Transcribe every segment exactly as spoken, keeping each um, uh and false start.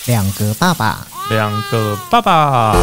两个爸爸， 两个爸爸。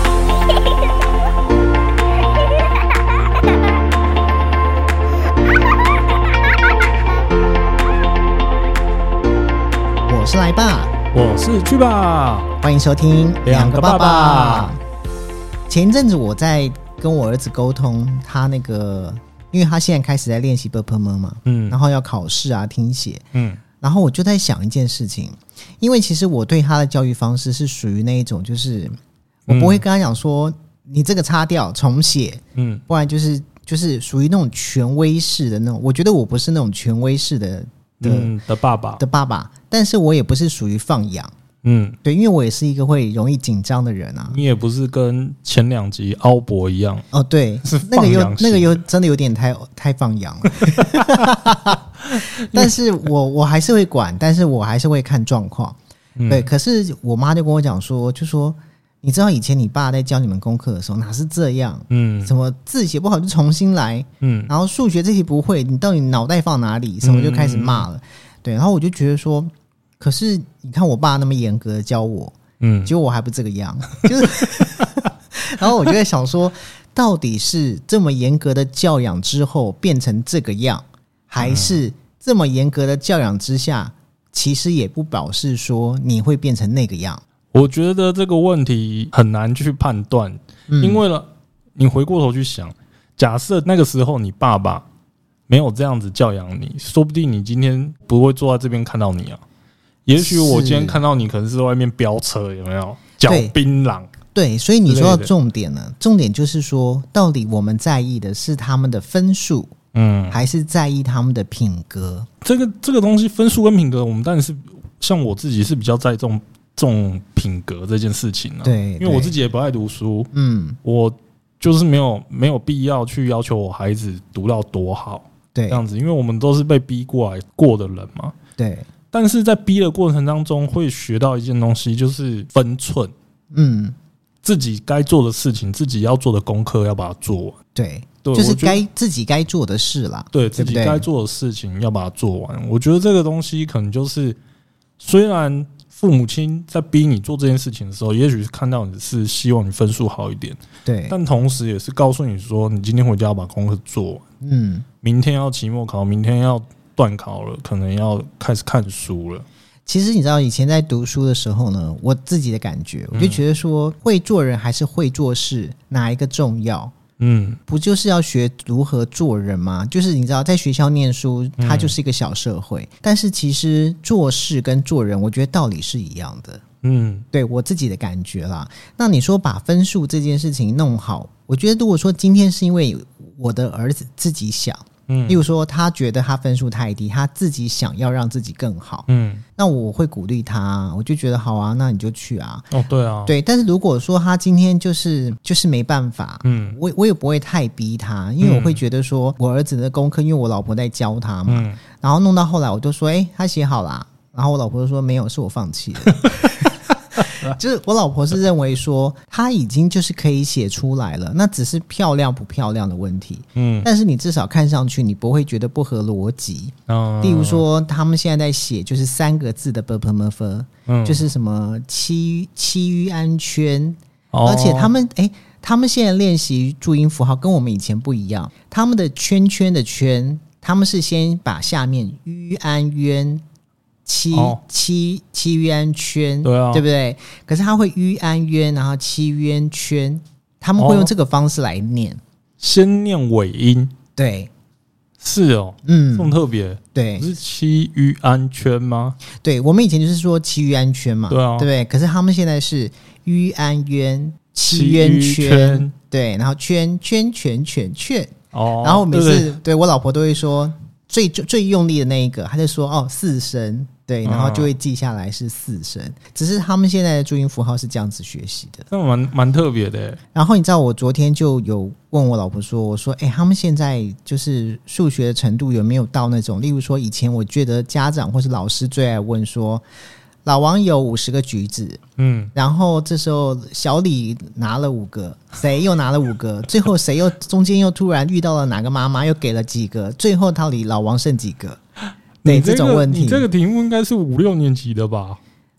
我是来爸， 我是去吧， 欢迎收听两个爸爸。 前一阵子我在跟我儿子沟通，他那个，因为他现在开始在练习 B P M 嘛，嗯，然后要考试啊，听写，嗯，然后我就在想一件事情，因为其实我对他的教育方式是属于那一种，就是我不会跟他讲说、嗯、你这个擦掉重写，嗯，不然就是就是属于那种权威式的那种，我觉得我不是那种权威式的的、 嗯、的爸爸的爸爸，但是我也不是属于放养。嗯，对，因为我也是一个会容易紧张的人啊。 你也不是跟前两集凹博一样哦，对，那个又那个又真的有点太太放养了。但是我我还是会管，但是我还是会看状况。嗯、对，可是我妈就跟我讲说，就说你知道以前你爸在教你们功课的时候哪是这样？嗯，什么字写不好就重新来，嗯，然后数学这题不会，你到底脑袋放哪里？什么就开始骂了。嗯、对，然后我就觉得说。可是你看我爸那么严格的教我，嗯，结果我还不这个样，就是，然后我就在想说，到底是这么严格的教养之后变成这个样，还是这么严格的教养之下，其实也不表示说你会变成那个样？ 我觉得这个问题很难去判断，嗯、因为了你回过头去想，假设那个时候你爸爸没有这样子教养你，说不定你今天不会坐在这边看到你啊。也许我今天看到你可能是在外面飙车，有没有嚼槟榔？ 对，所以你说到重点了，重点就是说，到底我们在意的是他们的分数，嗯，还是在意他们的品格？ 这个这个东西，分数跟品格，我们当然是像我自己是比较在意这种这种品格这件事情啊。 对， 因为我自己也不爱读书，嗯，我就是没有没有必要去要求我孩子读到多好，对，这样子，因为我们都是被逼过来过的人嘛，对。但是在逼的过程当中，会学到一件东西，就是分寸。嗯，自己该做的事情，自己要做的功课，要把它做完。 对，对就是该自己该做的事啦。 对，自己该做的事情要把它做完。我觉得这个东西可能就是，虽然父母亲在逼你做这件事情的时候，也许是看到你是希望你分数好一点，对，但同时也是告诉你说，你今天回家要把功课做完。嗯，明天要期末考，明天要。段考了，可能要开始看书了。 其实你知道，以前在读书的时候呢，我自己的感觉，我就觉得说，会做人还是会做事，哪一个重要？嗯，不就是要学如何做人吗？就是你知道，在学校念书，它就是一个小社会，嗯、但是其实做事跟做人，我觉得道理是一样的。嗯，对我自己的感觉啦。那你说把分数这件事情弄好，我觉得如果说今天是因为我的儿子自己想。嗯，例如说他觉得他分数太低，他自己想要让自己更好，嗯，那我会鼓励他，我就觉得好啊，那你就去啊。 哦，对啊， 对。但是如果说他今天就是就是没办法，嗯，我我也不会太逼他，因为我会觉得说我儿子的功课，因为我老婆在教他嘛，嗯、然后弄到后来我就说，哎、欸，他写好啦，然后我老婆就说没有，是我放弃了。就是我老婆是认为说他已经就是可以写出来了，那只是漂亮不漂亮的问题。嗯，但是你至少看上去你不会觉得不合逻辑。哦，例如说他们现在在写就是三个字的 b p m f， 嗯，就是什么七七于安圈，哦、而且他们哎，他们现在练习注音符号跟我们以前不一样，他们的圈圈的圈，他们是先把下面于安渊。七、哦、七七渊圈，对啊，对不对？可是他会于安渊，然后七渊圈，他们会用这个方式来念，哦、 先念尾音， 对， 是哦，嗯，这么特别， 对， 不是七于安圈吗？ 对，我们以前就是说七于安圈嘛，对啊，对不对？可是他们现在是于安渊七渊圈，对，然后圈圈圈圈圈，哦，然后每次 对, 对, 对我老婆都会说最最用力的那一个，他就说哦四声。对，然后就会记下来是四声，嗯、只是他们现在的注音符号是这样子学习的， 这蛮蛮特别的。 然后你知道，我昨天就有问我老婆说，我说，哎、欸，他们现在就是数学的程度有没有到那种，例如说以前我觉得家长或是老师最爱问说，老王有五十个橘子，嗯，然后这时候小李拿了五个，谁又拿了五个，最后谁又中间又突然遇到了哪个妈妈又给了几个，最后到底老王剩几个？对， 这种问题， 你这个题目应该是五六年级的吧？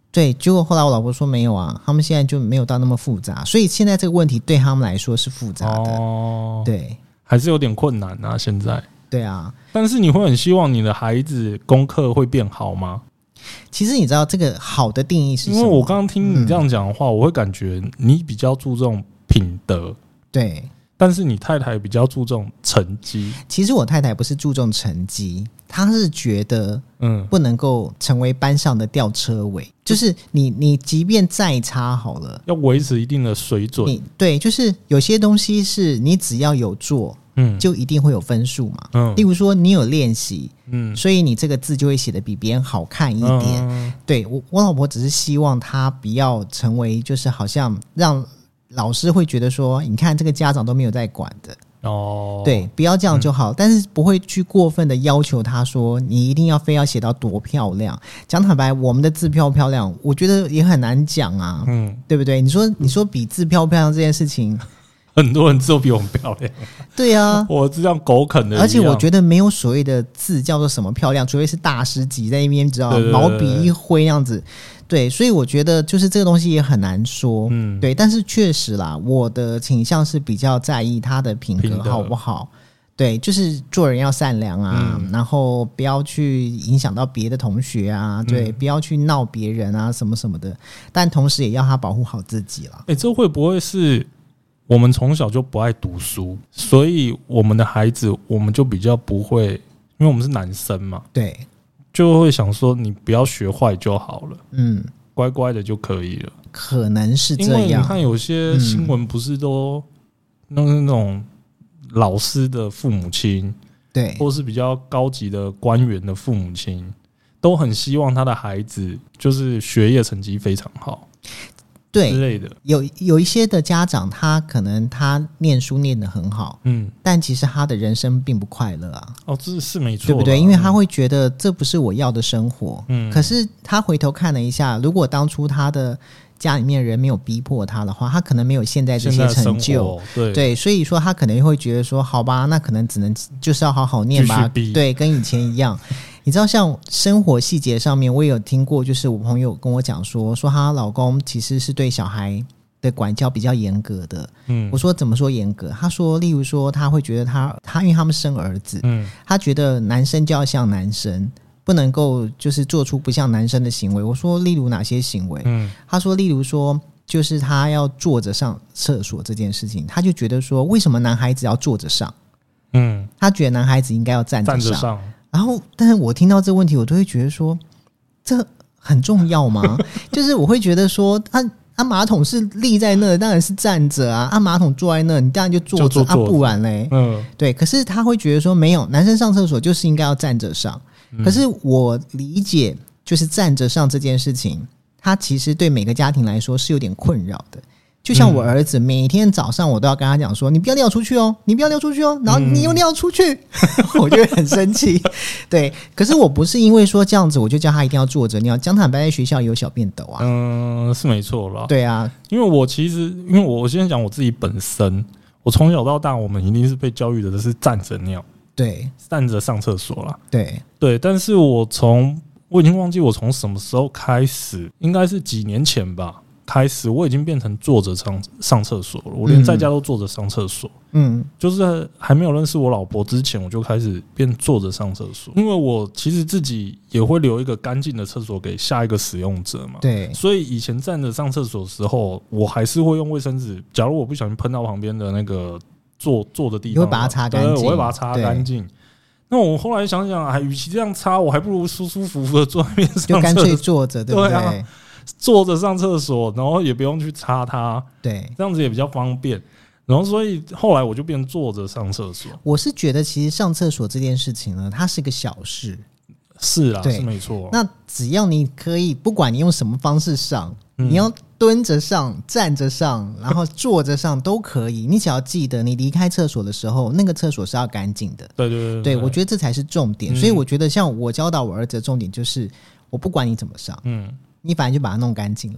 对，结果后来我老婆说没有啊，他们现在就没有到那么复杂，所以现在这个问题对他们来说是复杂的。哦，对， 还是有点困难啊，现在。 对啊， 但是你会很希望你的孩子功课会变好吗？ 其实你知道这个好的定义是什么？ 因为我刚刚听你这样讲的话、嗯，我会感觉你比较注重品德， 对， 但是你太太比较注重成绩。 其实我太太不是注重成绩，她是觉得嗯不能够成为班上的吊车尾，嗯、就是你你即便再差好了， 要维持一定的水准。 你对，就是有些东西是你只要有做。嗯，就一定会有分数嘛。嗯，例如说你有练习，嗯，所以你这个字就会写得比别人好看一点。嗯、对我，我老婆只是希望她不要成为，就是好像让老师会觉得说，你看这个家长都没有在管的。哦，对，不要这样就好，嗯、但是不会去过分的要求她说，你一定要非要写到多漂亮。讲坦白，我们的字漂不漂亮，我觉得也很难讲啊。嗯，对不对？你说，你说比字漂不漂亮这件事情。 很多人字都比我们漂亮， 对啊， 我是这样狗啃的。 而且我觉得没有所谓的字叫做什么漂亮，除非是大师级在那边，知道吗？毛笔一挥那样子，对，所以我觉得就是这个东西也很难说，嗯，对。但是确实啦，我的倾向是比较在意他的品格好不好，对，就是做人要善良啊，嗯、然后不要去影响到别的同学啊，对，嗯、不要去闹别人啊，什么什么的。但同时也要他保护好自己啦。 哎、欸，这会不会是？我们从小就不爱读书，所以我们的孩子我们就比较不会，因为我们是男生嘛， 对， 就会想说你不要学坏就好了，嗯，乖乖的就可以了。 可能是这样， 因为你看有些新闻不是都那那种老师的父母亲， 对， 或是比较高级的官员的父母亲，都很希望他的孩子就是学业成绩非常好。 对之类的， 有有一些的家长，他可能他念书念得很好，嗯，但其实他的人生并不快乐啊。 哦，这是没错， 对不对？因为他会觉得这不是我要的生活，嗯。可是他回头看了一下，如果当初他的家里面人没有逼迫他的话，他可能没有现在这些成就， 对对，所以说他可能会觉得说，好吧，那可能只能就是要好好念吧，对，跟以前一样。你知道像生活细节上面我也有听过，就是我朋友跟我讲说说她老公其实是对小孩的管教比较严格的，嗯，我说怎么说严格？他说例如说他会觉得他他因为他们生儿子，嗯，他觉得男生就要像男生，不能够就是做出不像男生的行为。我说例如哪些行为？嗯，他说例如说就是他要坐着上厕所这件事情，他就觉得说为什么男孩子要坐着上？嗯，他觉得男孩子应该要站着上。站着上然后，但是我听到这个问题，我都会觉得说，这很重要吗？就是我会觉得说，啊啊，马桶是立在那，当然是站着啊；啊，马桶坐在那，你当然就坐着啊，不然嘞，嗯，对。可是他会觉得说，没有，男生上厕所就是应该要站着上。嗯、可是我理解，就是站着上这件事情，它其实对每个家庭来说是有点困扰的。就像我儿子，每天早上我都要跟他讲说，你不要尿出去哦，你不要尿出去哦，然后你又尿出去，嗯、我就会很生气。对，可是我不是因为说这样子我就叫他一定要坐着尿，讲坦白在学校有小便斗啊。 嗯，是没错啦。 对啊， 因为我其实，因为我先讲我自己本身，我从小到大我们一定是被教育的是站着尿， 对， 站着上厕所啦。 对对，但是我从我已经忘记我从什么时候开始，应该是几年前吧。开始我已经变成坐着上上厕所了，我连在家都坐着上厕所。嗯，就是还没有认识我老婆之前，我就开始变坐着上厕所，因为我其实自己也会留一个干净的厕所给下一个使用者嘛。 对， 所以以前站着上厕所的时候，我还是会用卫生纸。假如我不小心喷到旁边的那个坐坐的地方， 你会把它擦干净， 我会把它擦干净。那我后来想想，还与其这样擦，我还不如舒舒服服的坐在那边上厕所， 就干脆坐着，对不对？ 对啊，坐着上厕所，然后也不用去擦它， 对， 这样子也比较方便。然后所以后来我就变坐着上厕所。 我是觉得其实上厕所这件事情呢，它是个小事。 是啊，是没错。 那只要你可以，不管你用什么方式上，嗯、你要蹲着上、站着上，然后坐着上都可以。你只要记得，你离开厕所的时候，那个厕所是要干净的。 对对 对, 对, 对，我觉得这才是重点。嗯、所以我觉得，像我教导我儿子的重点就是，我不管你怎么上，嗯，你反正就把它弄干净来。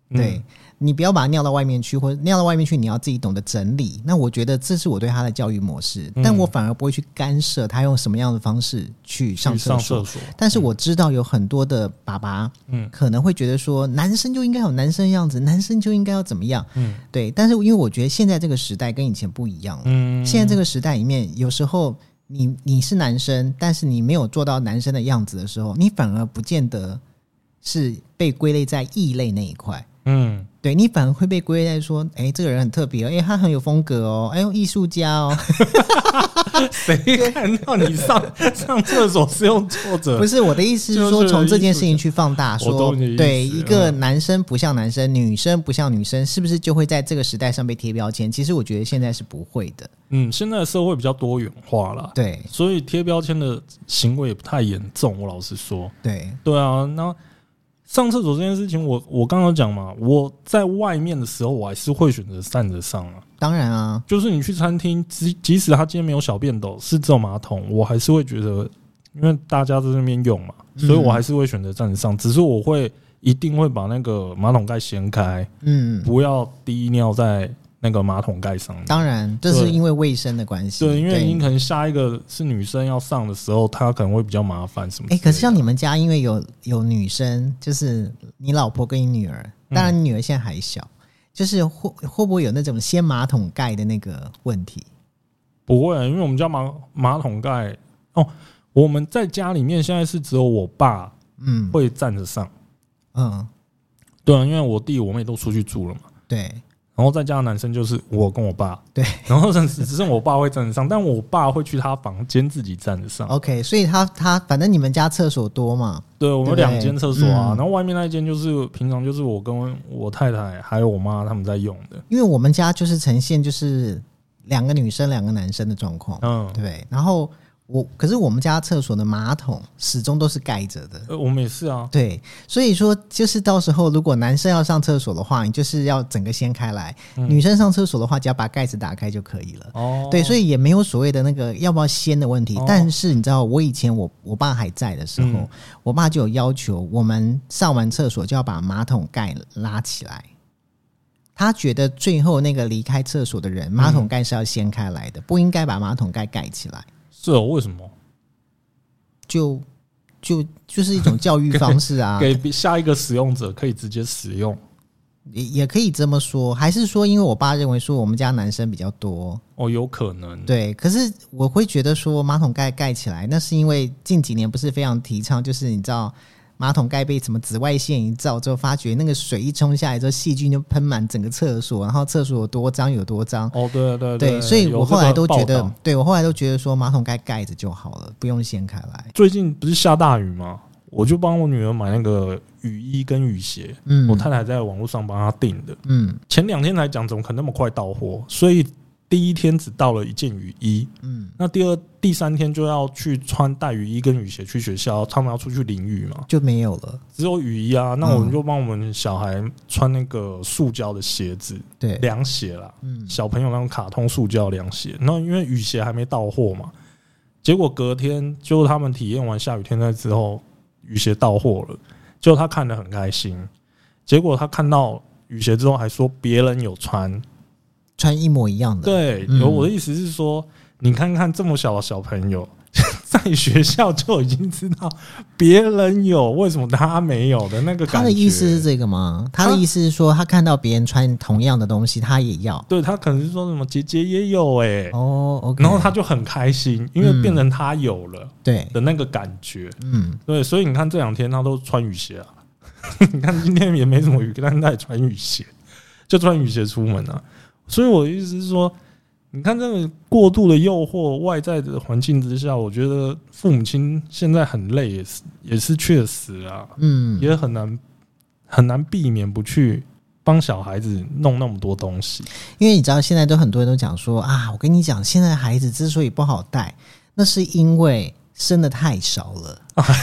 对、嗯、你不要把它尿到外面去，或者尿到外面去你要自己懂得整理。那我觉得这是我对他的教育模式、嗯、但我反而不会去干涉他用什么样的方式去上厕所。但是我知道有很多的爸爸嗯，可能会觉得说男生就应该有男生样子，男生就应该要怎么样，嗯，对。但是因为我觉得现在这个时代跟以前不一样了，嗯，现在这个时代里面有时候你你是男生，但是你没有做到男生的样子的时候，你反而不见得是被归类在异类那一块，嗯，对，你反而会被归类在说，哎，这个人很特别哦，哎，他很有风格哦，哎呦，艺术家哦。 谁看到你上上厕所是用坐着？ 不是，我的意思是说，从这件事情去放大说，对，一个男生不像男生，女生不像女生，是不是就会在这个时代上被贴标签？其实我觉得现在是不会的。 嗯，现在的社会比较多元化啦， 对， 所以贴标签的行为也不太严重。我老实说， 对， 对啊，那。上厕所这件事情我，我我刚刚讲嘛，我在外面的时候，我还是会选择站着上啊。 当然啊， 就是你去餐厅，即即使他今天没有小便斗，是只有马桶，我还是会觉得，因为大家在那边用嘛，所以我还是会选择站着上。只是我会一定会把那个马桶盖掀开，嗯，不要滴尿在那个马桶盖上面。 当然，这是因为卫生的关系。 对，因为你可能下一个是女生要上的时候，她可能会比较麻烦什么。 哎、欸，可是像你们家，因为有有女生，就是你老婆跟你女儿，当然你女儿现在还小，嗯、就是会会不会有那种掀马桶盖的那个问题？ 不会，因为我们家马马桶盖哦，我们在家里面现在是只有我爸嗯会站着上，嗯，对啊，因为我弟我妹都出去住了嘛， 对。 然后在家的男生就是我跟我爸， 对， 然后只剩我爸会站着上，但我爸会去他房间自己站着上。 OK， 所以他他反正你们家厕所多嘛？ 对，我们有两间厕所啊、嗯，然后外面那一间就是平常就是我跟我太太还有我妈他们在用的。 因为我们家就是呈现就是两个女生两个男生的状况，嗯，对，然后。我可是我们家厕所的马桶始终都是盖着的， 呃，我们也是啊。 对，所以说就是到时候如果男生要上厕所的话，你就是要整个掀开来；嗯、女生上厕所的话，只要把盖子打开就可以了。哦，对，所以也没有所谓的那个要不要掀的问题。哦、但是你知道，我以前我我爸还在的时候、嗯，我爸就有要求我们上完厕所就要把马桶盖拉起来。他觉得最后那个离开厕所的人，马桶盖是要掀开来的，不应该把马桶盖盖起来。 是哦，为什么？ 就就就是一种教育方式啊， 给下一个使用者可以直接使用， 也也可以这么说。还是说，因为我爸认为说我们家男生比较多， 哦，有可能。 对，可是我会觉得说马桶盖盖起来，那是因为近几年不是非常提倡，就是你知道。马桶盖被什么紫外线一照之后，发觉那个水一冲下来之后，细菌就喷满整个厕所，然后厕所有多脏有多脏。 哦，对对 对, 对，所以我后来都觉得，对我后来都觉得说马桶盖盖着就好了，不用掀开来。 最近不是下大雨吗？我就帮我女儿买那个雨衣跟雨鞋，嗯，我太太在网络上帮她订的，嗯，前两天来讲，怎么可能那么快到货？所以。第一天只到了一件雨衣，嗯，那第二、第三天就要去穿带雨衣跟雨鞋去学校，他们要出去淋雨嘛， 就没有了， 只有雨衣啊。那我们就帮我们小孩穿那个塑胶的鞋子，对，凉鞋啦，嗯，小朋友那种卡通塑胶凉鞋。那因为雨鞋还没到货嘛，结果隔天就他们体验完下雨天在之后，雨鞋到货了，结果他看得很开心。结果他看到雨鞋之后还说别人有穿。 穿一模一样的， 对，有、嗯、我的意思是说，你看看这么小的小朋友，在学校就已经知道别人有，为什么他没有的那个感觉。 他的意思是这个吗？他的意思是说，他看到别人穿同样的东西，他也要。 对，他可能是说什么姐姐也有哎、欸， 哦、okay 然后他就很开心，因为变成他有了，对的那个感觉， 嗯， 对，所以你看这两天他都穿雨鞋啊，你看今天也没什么雨，但他也穿雨鞋，就穿雨鞋出门啊。所以我的意思是说，你看这个过度的诱惑，外在的环境之下，我觉得父母亲现在很累，也是也是确实啊，嗯，也很难很难避免不去帮小孩子弄那么多东西。 因为你知道，现在都很多人都讲说啊，我跟你讲，现在孩子之所以不好带，那是因为生的太少了。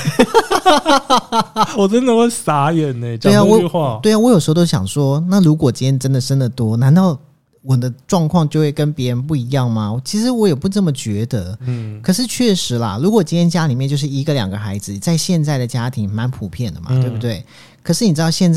我真的会傻眼呢、欸，讲这句话。 对啊，我有时候都想说，那如果今天真的生的多，难道我的状况就会跟别人不一样吗？其实我也不这么觉得，嗯，可是确实啦，如果今天家里面就是一个两个孩子，在现在的家庭蛮普遍的嘛，嗯、对不对？可是你知道现在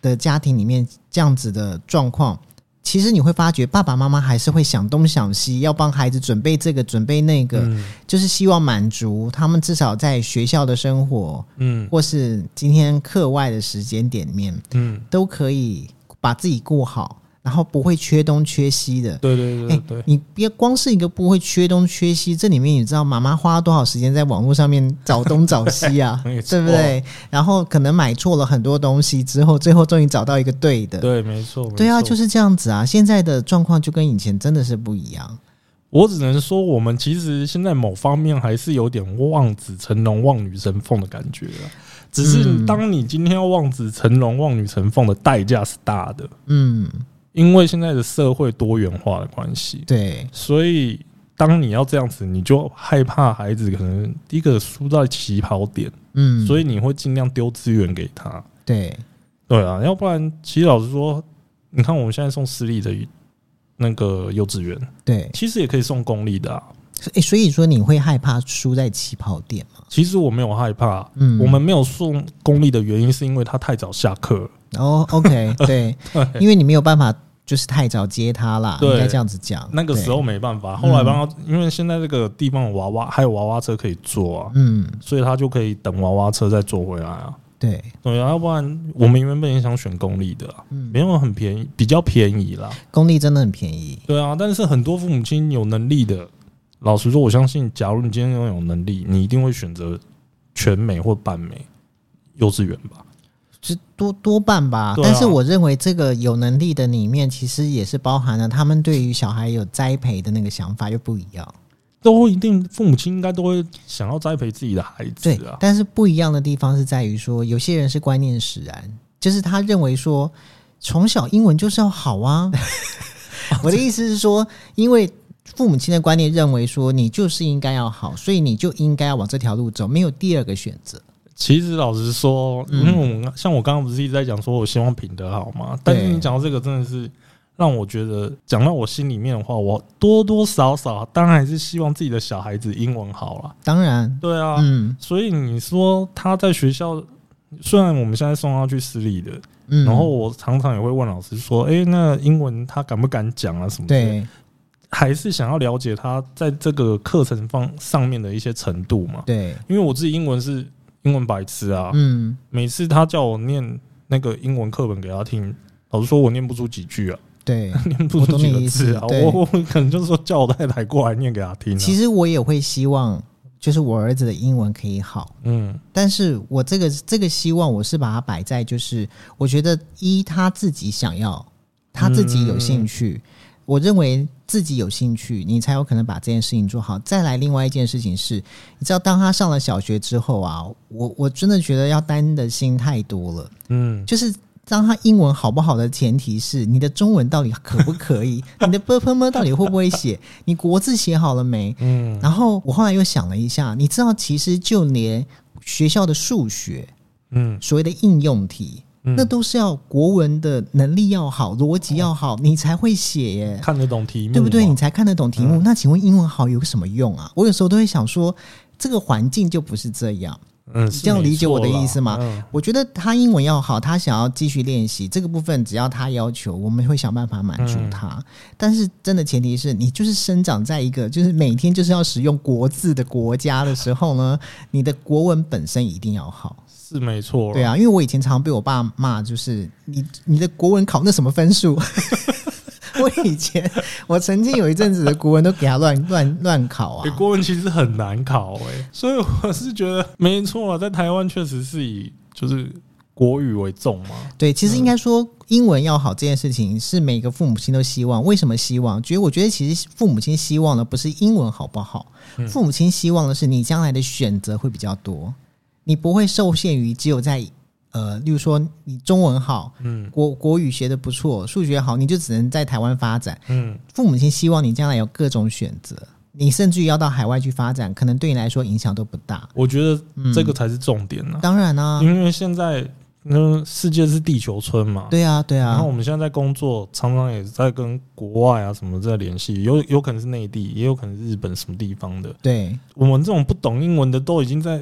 的家庭里面这样子的状况，其实你会发觉爸爸妈妈还是会想东想西，要帮孩子准备这个准备那个、嗯、就是希望满足他们至少在学校的生活，嗯，或是今天课外的时间点里面，嗯，都可以把自己顾好，然后不会缺东缺西的。 对对对对、欸、 你别光是一个不会缺东缺西，这里面你知道妈妈花多少时间在网络上面找东找西啊对, 对不对？然后可能买错了很多东西之后，最后终于找到一个对的。 对，没错， 对啊，就是这样子啊。现在的状况就跟以前真的是不一样。 我只能说，我们其实现在某方面还是有点望子成龙、望女成凤的感觉啊。只是当你今天要望子成龙、望女成凤的代价是大的，嗯，因为现在的社会多元化的关系， 对， 所以当你要这样子，你就害怕孩子可能第一个输在起跑点，嗯，所以你会尽量丢资源给他， 对， 对啊，要不然其实老实说，你看我们现在送私立的那个幼稚园， 对， 其实也可以送公立的啊。 欸、所以说你会害怕输在起跑点吗？ 其实我没有害怕，嗯，我们没有送公立的原因是因为他太早下课了。 哦 ，OK， 对, 对，因为你没有办法就是太早接他啦，应该这样子讲。 那个时候没办法，后来帮他、嗯，因为现在这个地方有娃娃，还有娃娃车可以坐啊，嗯，所以他就可以等娃娃车再坐回来啊。 对对啊，要不然我们原本也想选公立的、啊嗯，没有很便宜，比较便宜啦。 公立真的很便宜。 对啊，但是很多父母亲有能力的。老实说，我相信，假如你今天拥有能力，你一定会选择全美或半美幼稚园吧？ 是多多半吧、啊。但是我认为，这个有能力的里面，其实也是包含了他们对于小孩有栽培的那个想法又不一样。 都一定，父母亲应该都会想要栽培自己的孩子啊。 对，但是不一样的地方是在于说，有些人是观念使然，就是他认为说，从小英文就是要好啊。我的意思是说，因为父母亲的观念认为说你就是应该要好，所以你就应该要往这条路走，没有第二个选择。 其实老实说，因为我们像我刚刚不是一直在讲说我希望品德好吗？但是你讲到这个真的是让我觉得讲到我心里面的话，我多多少少当然还是希望自己的小孩子英文好啦。 当然对啊、嗯、所以你说他在学校，虽然我们现在送他去私立的、嗯、然后我常常也会问老师说哎、欸，那英文他敢不敢讲啊什么的，对，还是想要了解他在这个课程方上面的一些程度嘛？对，因为我自己英文是英文白痴啊，嗯，每次他叫我念那个英文课本给他听，老实说我念不出几句啊， 对， 念不出几个字啊，我我可能就是说叫我太太过来念给他听、啊。 其实我也会希望，就是我儿子的英文可以好，嗯，但是我这个这个希望我是把它摆在，就是我觉得一他自己想要，他自己有兴趣。嗯，我认为自己有兴趣，你才有可能把这件事情做好。再来，另外一件事情是，你知道，当他上了小学之后啊，我我真的觉得要担的心太多了。嗯，就是当他英文好不好的前提是，你的中文到底可不可以？你的 b p m 到底会不会写？你国字写好了没？嗯，然后我后来又想了一下，你知道，其实就连学校的数学，嗯，所谓的应用题。那都是要国文的能力要好，逻辑要好，你才会写耶， 看得懂题目， 对不对？你才看得懂题目。嗯，那请问英文好有什么用啊？我有时候都会想说，这个环境就不是这样。嗯，这样理解我的意思吗？嗯，我觉得他英文要好，他想要继续练习这个部分，只要他要求，我们会想办法满足他。嗯，但是真的前提是你就是生长在一个就是每天就是要使用国字的国家的时候呢，你的国文本身一定要好。 是没错， 对啊，因为我以前常常被我爸骂，就是你你的国文考那什么分数？我以前我曾经有一阵子的国文都给他乱乱乱考啊、欸， 国文其实很难考哎、欸，所以我是觉得没错啊，在台湾确实是以就是国语为重嘛。 对，其实应该说英文要好这件事情是每个父母亲都希望。为什么希望？觉得我觉得其实父母亲希望的不是英文好不好，嗯、父母亲希望的是你将来的选择会比较多。你不会受限于只有在呃，例如说你中文好，嗯，国国语学得不错，数学好，你就只能在台湾发展。嗯，父母亲希望你将来有各种选择，你甚至于要到海外去发展，可能对你来说影响都不大。 我觉得这个才是重点啊。 嗯、当然啊， 因为现在那世界是地球村嘛， 对啊，对啊。 然后我们现在在工作，常常也在跟国外啊什么在联系，有有可能是内地，也有可能是日本什么地方的。 对， 我们这种不懂英文的都已经在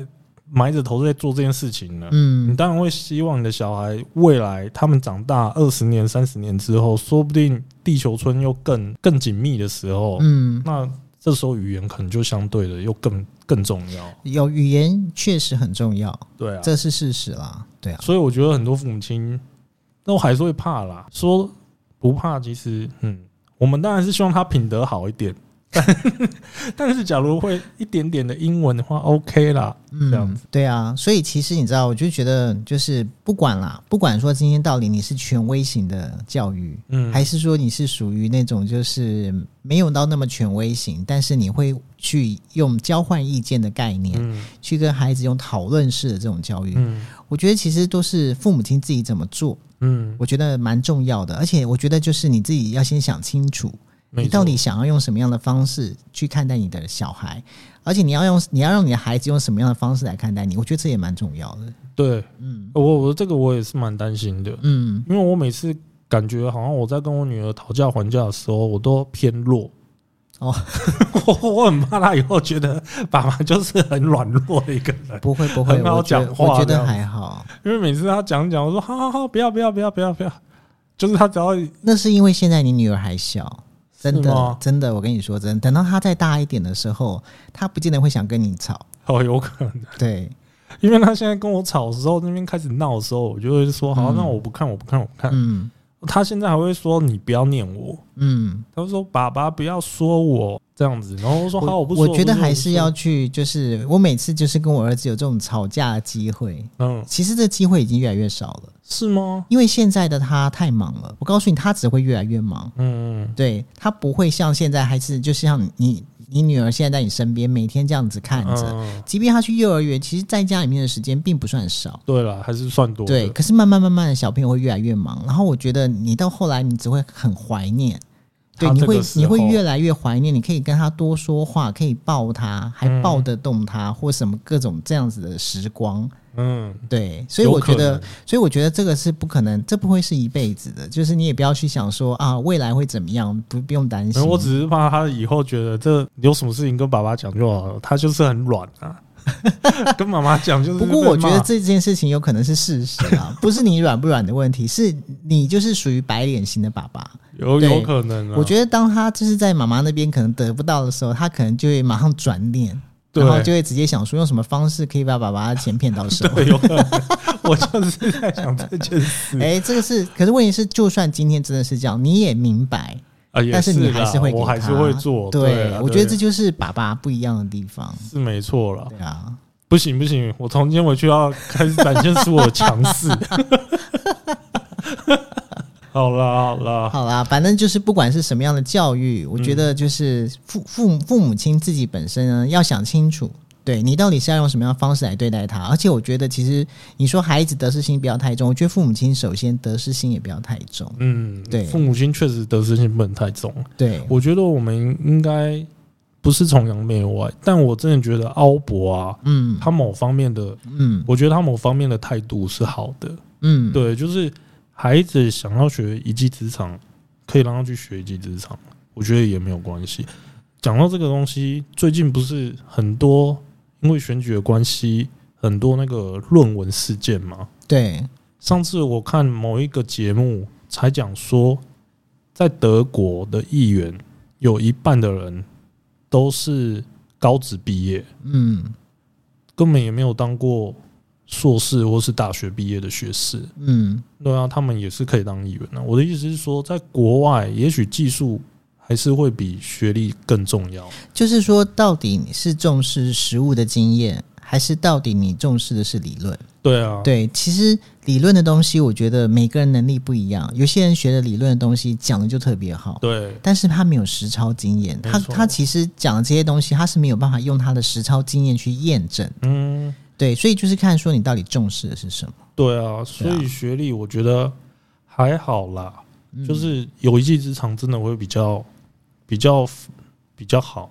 埋着头在做这件事情呢，嗯，你当然会希望你的小孩未来他们长大二十年、三十年之后，说不定地球村又更更紧密的时候，嗯，那这时候语言可能就相对的又更更重要。 有语言确实很重要， 对啊， 这是事实啦，对啊。 所以我觉得很多父母亲都还是会怕啦，说不怕，其实嗯，我们当然是希望他品德好一点。但, 但是假如会一点点的英文的话 OK 啦，这样子、 嗯、对啊，所以其实你知道我就觉得就是不管啦，不管说今天到底你是权威型的教育、嗯、还是说你是属于那种就是没有到那么权威型，但是你会去用交换意见的概念、嗯、去跟孩子用讨论式的这种教育、嗯、我觉得其实都是父母亲自己怎么做，嗯，我觉得蛮重要的，而且我觉得就是你自己要先想清楚你到底想要用什么样的方式去看待你的小孩，而且你要用你要让你的孩子用什么样的方式来看待你，我觉得这也蛮重要的。 对，嗯，我我这个我也是蛮担心的，嗯，因为我每次感觉好像我在跟我女儿讨价还价的时候，我都偏弱。哦，我我很怕她以后觉得爸爸就是很软弱的一个人。 不会不会， 很好讲话， 我觉得还好。 因为每次她讲讲，我说好好好，不要不要不要不要不要，就是她只要那是因为现在你女儿还小。真的真的，我跟你说真的，等到他再大一点的时候，他不见得会想跟你吵。 哦，有可能。 对， 因为他现在跟我吵的时候，那边开始闹的时候，我就会说：“好，嗯、那我不看，我不看，我不看。”嗯，他现在还会说：“你不要念我。”嗯，他会说：“爸爸不要说我这样子。”然后我说：“好，我不说。” 我觉得还是要去，就是我每次就是跟我儿子有这种吵架的机会，嗯，其实这机会已经越来越少了。 是吗？ 因为现在的他太忙了，我告诉你，他只会越来越忙。嗯，对，他不会像现在，还是就像你你女儿现在在你身边，每天这样子看着、嗯。即便他去幼儿园，其实在家里面的时间并不算少。 对啦，还是算多的。 对，可是慢慢慢慢的小朋友会越来越忙，然后我觉得你到后来你只会很怀念。对，你会你会越来越怀念，你可以跟他多说话，可以抱他，还抱得动他，嗯、或什么各种这样子的时光。嗯，对，所以我觉得，所以我觉得这个是不可能，这不会是一辈子的。就是你也不要去想说啊，未来会怎么样，不不用担心。 我只是怕他以后觉得这有什么事情跟爸爸讲就好了，他就是很软啊。跟妈妈讲就是。 不过我觉得这件事情有可能是事实啊，不是你软不软的问题，是你就是属于白脸型的爸爸。 有有可能、啊。 我觉得当他就是在妈妈那边可能得不到的时候，他可能就会马上转念。然后就会直接想说用什么方式可以把爸爸的钱骗到手。 对，有可能。我就是在想这件事。 哎、欸，这个是，可是问题是，就算今天真的是这样，你也明白， 啊、 但是你还是会给他， 我还是会做。 对， 对啊、 我觉得这就是爸爸不一样的地方。 是没错啦。 对啊， 不行不行，我从今天回去要开始展现出我的强势。好啦好啦好啦，反正就是不管是什么样的教育，我觉得就是父父父母亲自己本身呢要想清楚，对你到底是要用什么样的方式来对待他。而且我觉得其实你说孩子得失心不要太重，我觉得父母亲首先得失心也不要太重。嗯，对， 父母亲确实得失心不能太重。 对， 我觉得我们应该不是崇洋媚外，但我真的觉得凹博啊，嗯，他某方面的，嗯，我觉得他某方面的态度是好的。嗯，对，就是孩子想要学一技之长，可以让他去学一技之长，我觉得也没有关系。讲到这个东西，最近不是很多因为选举的关系，很多那个论文事件吗？ 对， 上次我看某一个节目才讲说，在德国的议员有一半的人都是高职毕业，嗯，根本也没有当过硕士或是大学毕业的学士，嗯，对啊，他们也是可以当议员啊。我的意思是说，在国外，也许技术还是会比学历更重要。 就是说，到底你是重视实务的经验，还是到底你重视的是理论？ 对啊， 对，其实理论的东西，我觉得每个人能力不一样。有些人学的理论的东西讲的就特别好， 对， 但是他没有实操经验，他他其实讲的这些东西，他是没有办法用他的实操经验去验证。嗯。对，所以就是看说你到底重视的是什么。 对啊，所以学历我觉得还好啦，嗯、就是有一技之长真的会比较比较比较好。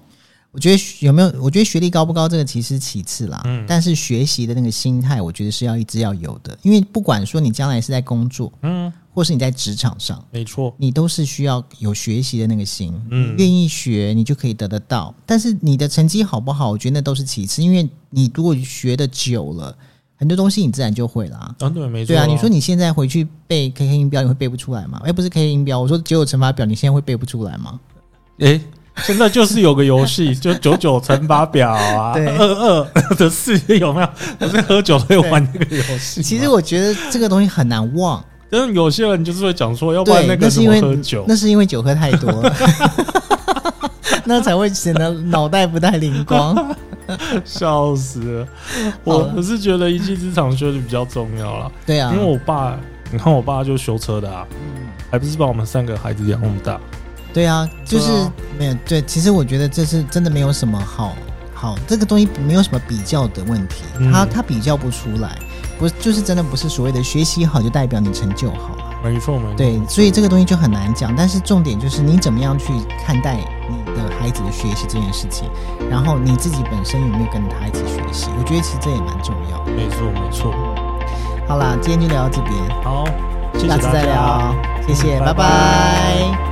我觉得有没有？我觉得学历高不高这个其实其次啦，嗯，但是学习的那个心态，我觉得是要一直要有的。因为不管说你将来是在工作，嗯，或是你在职场上， 没错， 你都是需要有学习的那个心，嗯，愿意学，你就可以得得到。但是你的成绩好不好，我觉得那都是其次，因为你如果学的久了，很多东西你自然就会啦。 啊，对，没错、啊。 对啊，你说你现在回去背 K K 音标，你会背不出来吗？哎，不是 K K 音标，我说九九乘法表，你现在会背不出来吗？ 哎。现在就是有个游戏，就九九乘法表啊，二二的事有没有？我是喝酒会玩这个游戏。 其实我觉得这个东西很难忘， 但是有些人就是会讲说，要不然那个什么喝酒， 那是因为酒喝太多了，那才会显得脑袋不太灵光。 笑死了！我我是觉得一技之长学的比较重要啦。 对啊， 因为我爸，你看我爸就修车的啊，还不是把我们三个孩子养那么大。 对啊，就是没有对。其实我觉得这是真的没有什么好好，这个东西没有什么比较的问题，嗯、它它比较不出来，不就是真的不是所谓的学习好就代表你成就好了。 没错，没错。 对，所以这个东西就很难讲。但是重点就是你怎么样去看待你的孩子的学习这件事情，然后你自己本身有没有跟他一起学习？我觉得其实这也蛮重要的。 没错，没错。 好啦，今天就聊到这边。 好，谢谢下次再聊。谢谢，拜拜。